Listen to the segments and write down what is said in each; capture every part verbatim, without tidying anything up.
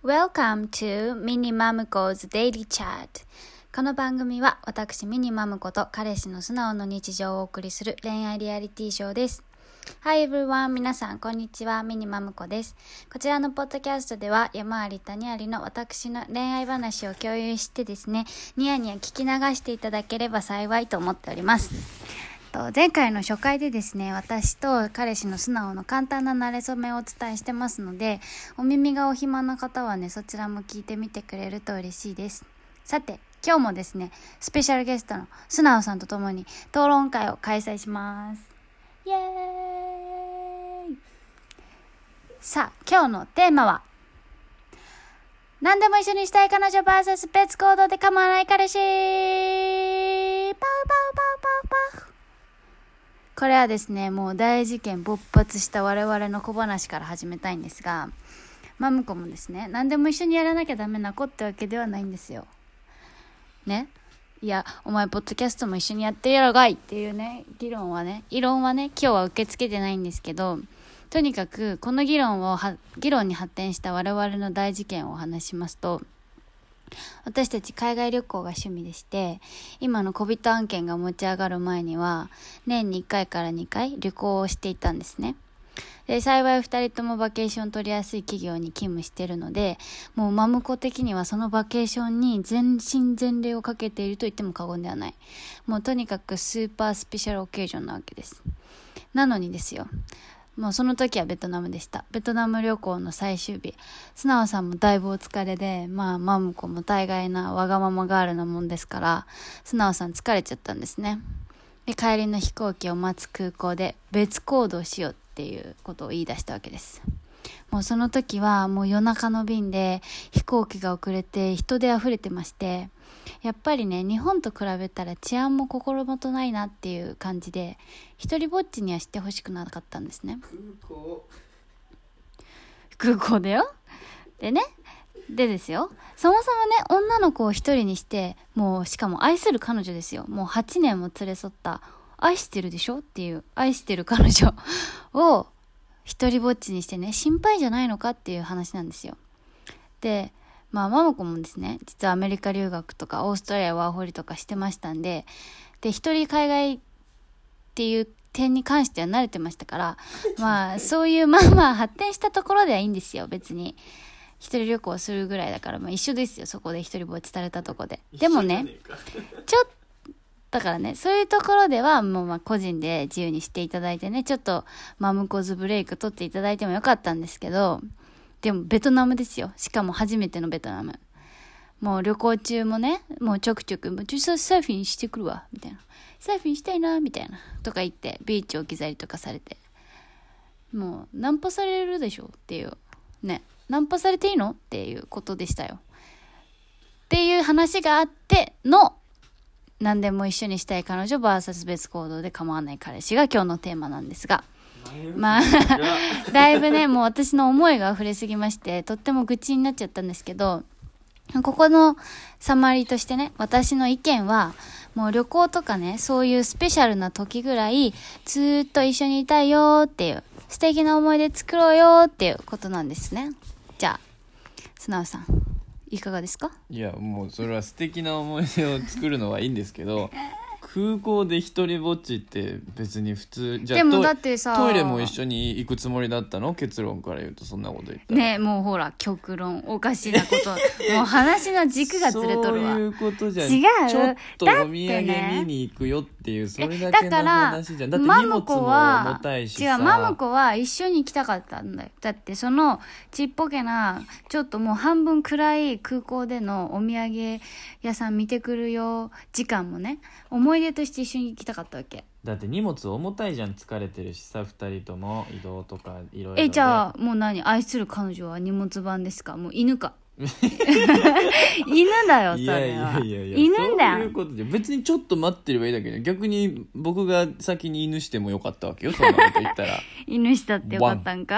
Welcome to ミニマムコズ Daily Chat。 この番組は私ミニマムコと彼氏の素直な日常をお送りする恋愛リアリティショーです。 Hi everyone、 皆さんこんにちは、ミニマムコです。こちらのポッドキャストでは山あり谷ありの私の恋愛話を共有してですね、ニヤニヤ聞き流していただければ幸いと思っております。前回の初回でですね、私と彼氏の素直の簡単な馴れ初めをお伝えしてますので、お耳がお暇な方はね、そちらも聞いてみてくれると嬉しいです。さて、今日もですね、スペシャルゲストの素直さんとともに討論会を開催します。イエーイ。さあ、今日のテーマは、何でも一緒にしたい彼女 ブイエス 別行動で構わない彼氏。パウパウパウパウパウ。これはですね、もう大事件勃発した我々の小話から始めたいんですが、マムコもですね、何でも一緒にやらなきゃダメな子ってわけではないんですよ。ね。いや、お前ポッドキャストも一緒にやってやろがいっていうね、議論はね、異論はね、今日は受け付けてないんですけど、とにかくこの議論をは、議論に発展した我々の大事件をお話ししますと、私たち海外旅行が趣味でして、今の小人案件が持ち上がる前には年にいっかいからにかい旅行をしていたんですね。で、幸いふたりともバケーション取りやすい企業に勤務しているので、もうマムコ的にはそのバケーションに全身全霊をかけていると言っても過言ではない。もうとにかくスーパースペシャルオケージョンなわけです。なのにですよ、もうその時はベトナムでした。ベトナム旅行の最終日、素直さんもだいぶお疲れで、まあマムコも大概なわがままガールなもんですから、素直さん疲れちゃったんですね。で、帰りの飛行機を待つ空港で別行動しようっていうことを言い出したわけです。もうその時はもう夜中の便で飛行機が遅れて人で溢れてまして、やっぱりね、日本と比べたら治安も心もとないなっていう感じで、一人ぼっちにはしてほしくなかったんですね。 空港空港だよ。でね、でですよ、そもそもね、女の子を一人にして、もうしかも愛する彼女ですよ。もうはちねんも連れ添った愛してるでしょっていう愛してる彼女を一人ぼっちにしてね、心配じゃないのかっていう話なんですよ。で、まあママ子もですね、実はアメリカ留学とかオーストラリアワーホリとかしてましたんで、で一人海外っていう点に関しては慣れてましたから、まあそういうまあまあ発展したところではいいんですよ。別に一人旅行するぐらいだから、まあ一緒ですよ。そこで一人ぼっちされたとこで。でもね、ちょっとだからね、そういうところではもうまあ個人で自由にしていただいてね、ちょっとマムコズブレイク取っていただいてもよかったんですけど、でもベトナムですよ。しかも初めてのベトナム。もう旅行中もね、もうちょくちょく、もうちょっとサーフィンしてくるわ、みたいな。サーフィンしたいな、みたいな。とか言って、ビーチ置き去りとかされて。もう、ナンパされるでしょっていう。ね。ナンパされていいのっていうことでしたよ。っていう話があっての、何でも一緒にしたい彼女 ブイエス 別行動で構わない彼氏が今日のテーマなんですが。まあだいぶね、もう私の思いが溢れすぎまして、とっても愚痴になっちゃったんですけど、ここのサマリーとしてね、私の意見は、もう旅行とかね、そういうスペシャルな時ぐらいずーっと一緒にいたいよーっていう、素敵な思い出作ろうよーっていうことなんですね。じゃあ素直さんいかがですか？ いや、もうそれは素敵な思い出を作るのはいいんですけど空港で一人ぼっちって別に普通じゃあ、 でもだってさ、 トイレも一緒に行くつもりだったの？結論から言うとそんなこと言ったらねえ、もうほら極論おかしなこともう話の軸がずれとるわ。 そういうことじゃん。 違う、 ちょっとお土産見に行くよっていう、それだけの話じゃん。だって荷物も重たいしさ。 違う、マムコは一緒に行きたかったんだよ。だってそのちっぽけなちょっともう半分暗い空港でのお土産屋さん見てくるよ時間もね、思い出として一緒に行きたかったわけ。 だって荷物重たいじゃん。疲れてるしさ、ふたりとも移動とかいろいろ。 え、じゃあもう何、愛する彼女は荷物版ですか？もう犬か犬だよ、それは。いやいやいやいや、犬だよ。 そういうことじゃ別にちょっと待ってればいいだけで、逆に僕が先に犬してもよかったわけよ、そんなこと言ったら犬したってよかったんか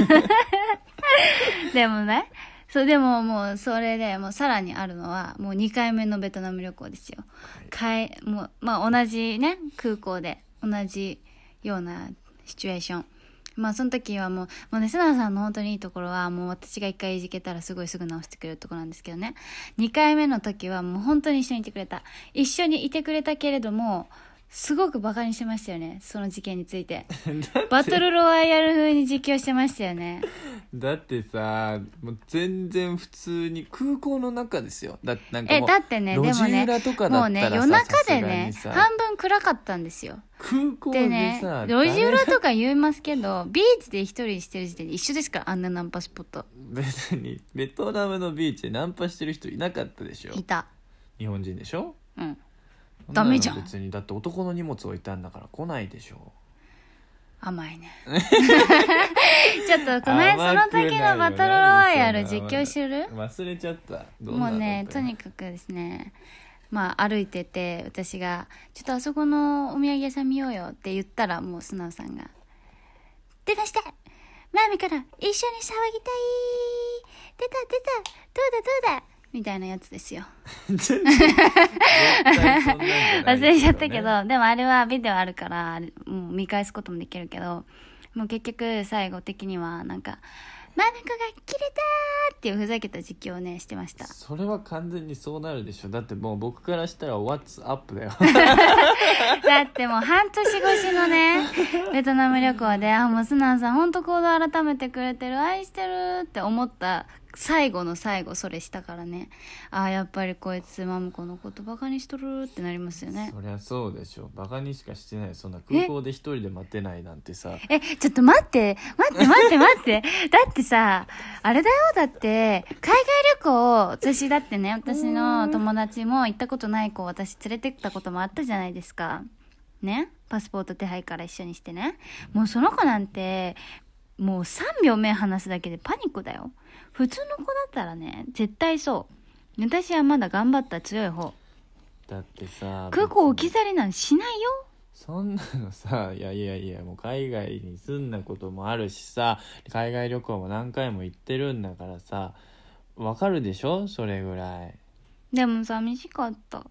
でもね、そうでももうそれでもうさらにあるのはもうにかいめのベトナム旅行ですよ。かいもうまあ同じね空港で同じようなシチュエーション。 まあその時はもう、もうね、素直さんの本当にいいところは、もう私が一回いじけたらすごいすぐ直してくれるところなんですけどね。にかいめの時はもう本当に一緒にいてくれた。一緒にいてくれたけれども、すごくバカにしてましたよね、その事件について。バトルロワイヤル風に実況してましたよね。 だってさ、もう全然普通に空港の中ですよ。だってなんかもうえ、だってね、でもね、もうね、夜中でね、半分暗かったんですよ。 空港でさ、 でね、路地裏とか言いますけど、ビーチで一人してる時点で一緒ですから、あんなナンパスポット。 別にベトナムのビーチでナンパしてる人いなかったでしょ。 いた。 日本人でしょ。 うん。ダメじゃん。 別にだって男の荷物置いたんだから来ないでしょ。 甘いね。ちょっとこの辺その時のバトルロワイヤル実況してる？ 忘れちゃった。 もうね、とにかくですね、まあ歩いてて、私がちょっとあそこのお土産屋さん見ようよって言ったら、もう素直さんが出ました、マミから一緒に騒ぎたい、出た出た、どうだどうだみたいなやつですよ。 絶対そんなんじゃない忘れちゃったけど、でもあれはビデオあるからもう見返すこともできるけど、もう結局最後的にはなんかマミコが切れたーっていうふざけた実況をねしてました。 それは完全にそうなるでしょ。だってもう僕からしたら What's up だよ。 だってもう半年越しのねベトナム旅行で、あ、もう素直さん本当行動改めてくれてる、愛してるって思った最後の最後それしたからね、あ、やっぱりこいつマムコのことバカにしとるってなりますよね。 そりゃそうでしょ。バカにしかしてない。そんな空港で一人で待てないなんてさ。 え、ちょっと待って待って待って待ってだってさ、あれだよ、だって海外旅行、私だってね、私の友達も行ったことない子を私連れてったこともあったじゃないですかね。パスポート手配から一緒にしてね。もうその子なんてもうさんびょう目離すだけでパニックだよ。普通の子だったらね、絶対そう。私はまだ頑張った強い方。 だってさ、 空港置き去りなんてしないよ。 そんなのさ、いやいやいや、もう海外に住んだこともあるしさ、海外旅行も何回も行ってるんだからさ、わかるでしょ、それぐらい。 でも寂しかった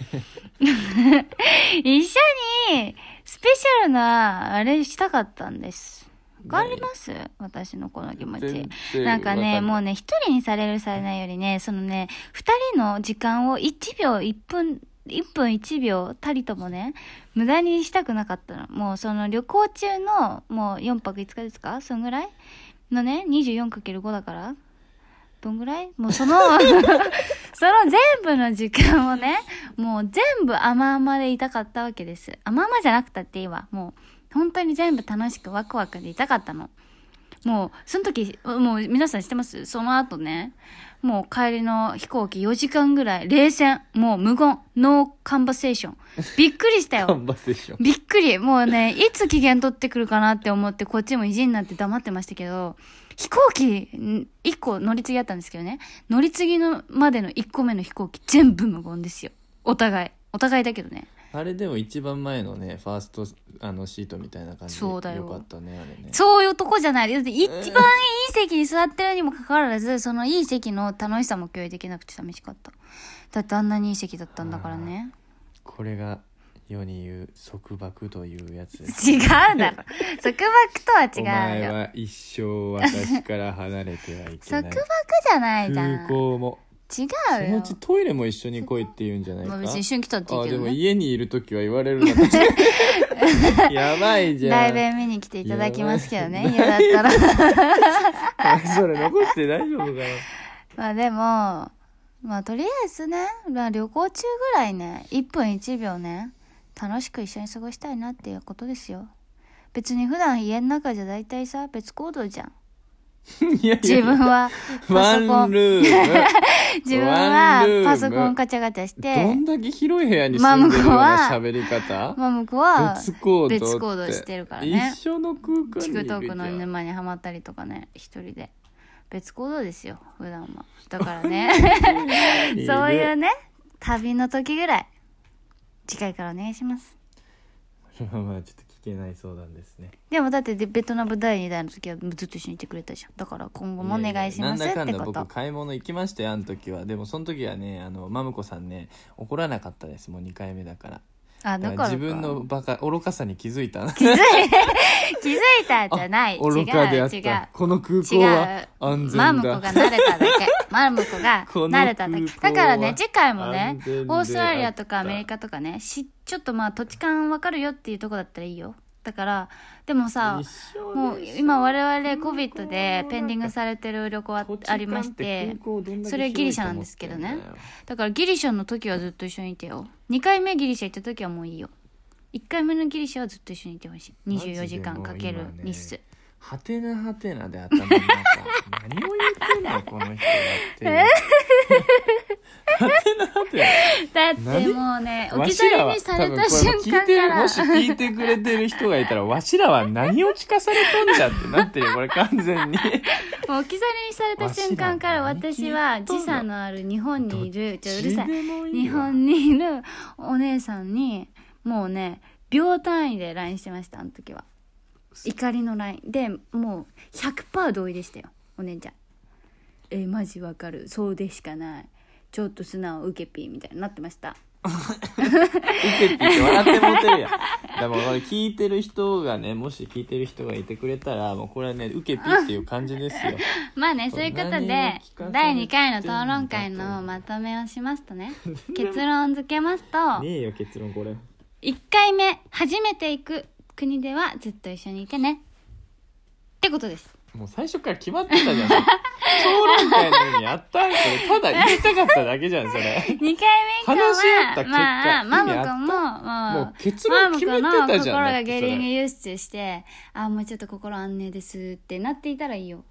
一緒にスペシャルなあれしたかったんです。わかります？私のこの気持ち。なんかね、もうね、一人にされるされないよりね、そのね、二人の時間をいちびょう、いっぷん、いっぷんいちびょうたりともね、無駄にしたくなかったの。もうその旅行中の、もうよんぱくいつかですか？そんぐらいのね、にじゅうよんかけるご だから、どんぐらいもうその、その全部の時間をね、もう全部甘々でいたかったわけです。甘々じゃなくたっていいわ。もう、本当に全部楽しくワクワクでいたかったの。もう、その時、もう皆さん知ってます？その後ね、もう帰りの飛行機よじかんぐらい、冷戦、もう無言、ノーカンバセーション。びっくりしたよ。 カンバセーション。 びっくり。もうね、いつ機嫌取ってくるかなって思って、こっちも意地になって黙ってましたけど、飛行機、いっこ乗り継ぎあったんですけどね、乗り継ぎのまでのいっこめの飛行機、全部無言ですよ。お互い。お互いだけどね。 あれでも一番前のね、ファーストあのシートみたいな感じでそうだよ。 よかったね、あれね。 そういうとこじゃない。だって一番いい席に座ってるにもかかわらず、そのいい席の楽しさも共有できなくて寂しかった。だってあんなにいい席だったんだからね。 これが世に言う束縛というやつです。 違うだろ。束縛とは違うよ。お前は一生私から離れてはいけない。 束縛じゃないじゃん。 空港も。 違うよ。 そのうちトイレも一緒に来いって言うんじゃないか。 まあ別に一緒に来たっていいけどね。 あ、でも家にいるときは言われるな。やばいじゃん。 ライブ見に来ていただきますけどね、嫌だったら。 それ残して大丈夫かな。 まあでも、まあとりあえずね、まあ、旅行中ぐらいね、いっぷんいちびょうね、楽しく一緒に過ごしたいなっていうことですよ。別に普段家の中じゃ大体さ、別行動じゃん。いやいやいや、自分はパソコンルーム自分はパソコンカチャカチャして、 どんだけ広い部屋に住んでるような喋り方。 マムコは別行動って別行動してるからね。 一緒の空間にいるじゃん。 チクトークの沼にはまったりとかね、一人で別行動ですよ普段は。だからねそういうね旅の時ぐらい次回からお願いします。 まあちょっと聞けない相談ですね。 でもだってベトナムだいにだいの時はずっと一緒にいてくれたじゃん。だから今後もお願いしますってこと。 いやいや、なんだかんだ僕買い物行きましたよ、あの時は。でもその時はね、あのマムコさんね怒らなかったです。もうにかいめだから。 あ、だから自分のバカ愚かさに気づいた。 気づい気づいたじゃない。違う愚かであった。 違う。 この空港は安全だ。 マムコが慣れただけ。マムコが慣れただけ。だからね、次回もね、オーストラリアとかアメリカとかね、しちょっとまあ土地勘わかるよっていうとこだったらいいよ。だからでもさ、もう今我々 コビッド でペンディングされてる旅行はありまして、それギリシャなんですけどね。だからギリシャの時はずっと一緒にいてよ。にかいめギリシャ行った時はもういいよ。いっかいめのギリシャはずっと一緒にいてほしい。にじゅうよじかんかける日数。 はてなはてなで頭の中何を言ってんのこの人だってはてなはてなだってもうね置き去りにされた瞬間からもし聞いてくれてる人がいたらわしらは何を聞かされとんじゃってなってるよこれ完全にもう置き去りにされた瞬間から私は時差のある日本にいるちょうるさい日本にいるお姉さんにもうね秒単位で ライン してました。あの時は怒りの ライン でもう ひゃくパーセント 同意でしたよお姉ちゃん。えー、マジわかるそうでしかないちょっと素直ウケピーみたいになってました。 ウケピーって笑ってもてるやん。でもこれ聞いてる人がねもし聞いてる人がいてくれたらもうこれはねウケピーっていう感じですよまあねそういうことでだいにかいの討論会のまとめをしますとね結論付けますとねえよ結論これいっかいめ初めて行く国ではずっと一緒にいてねってことです。 もう最初から決まってたじゃん討論会のようにやったんそれただ言いたかっただけじゃんそれにかいめ以降は話し合った結果まあマムコもまあもう結論決めてたじゃん。 マムコの心がゲリング輸出してあもうちょっと心安寧ですってなっていたらいいよ。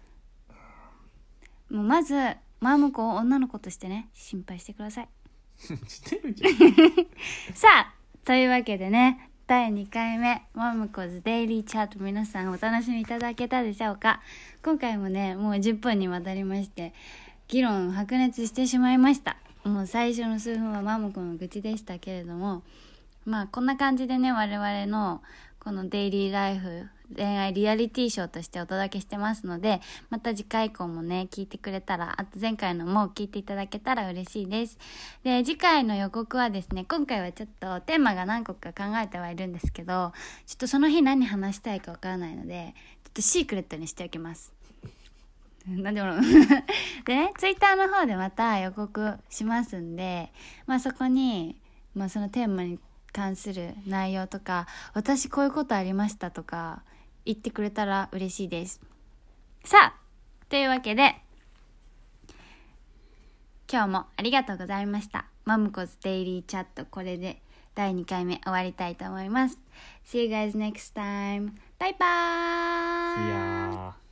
もうまずマムコを女の子としてね心配してくださいしてるじゃんさあというわけでねだいにかいめマムコズデイリーチャート皆さんお楽しみいただけたでしょうか。今回もねもうじゅっぷんにわたりまして議論白熱してしまいました。もう最初の数分はマムコの愚痴でしたけれどもまあこんな感じでね我々のこのデイリーライフ恋愛リアリティショーとしてお届けしてますのでまた次回以降もね聞いてくれたらあと前回のも聞いていただけたら嬉しいです。で次回の予告はですね今回はちょっとテーマが何個か考えてはいるんですけどちょっとその日何話したいかわからないのでちょっとシークレットにしておきますなんでもでねツイッターの方でまた予告しますんでまあそこにまあそのテーマに関する内容とか私こういうことありましたとか言ってくれたら嬉しいです。さあというわけで今日もありがとうございました。マムコズデイリーチャットこれでだいにかいめ終わりたいと思います。See you guys next time. バイバーイ。 いやー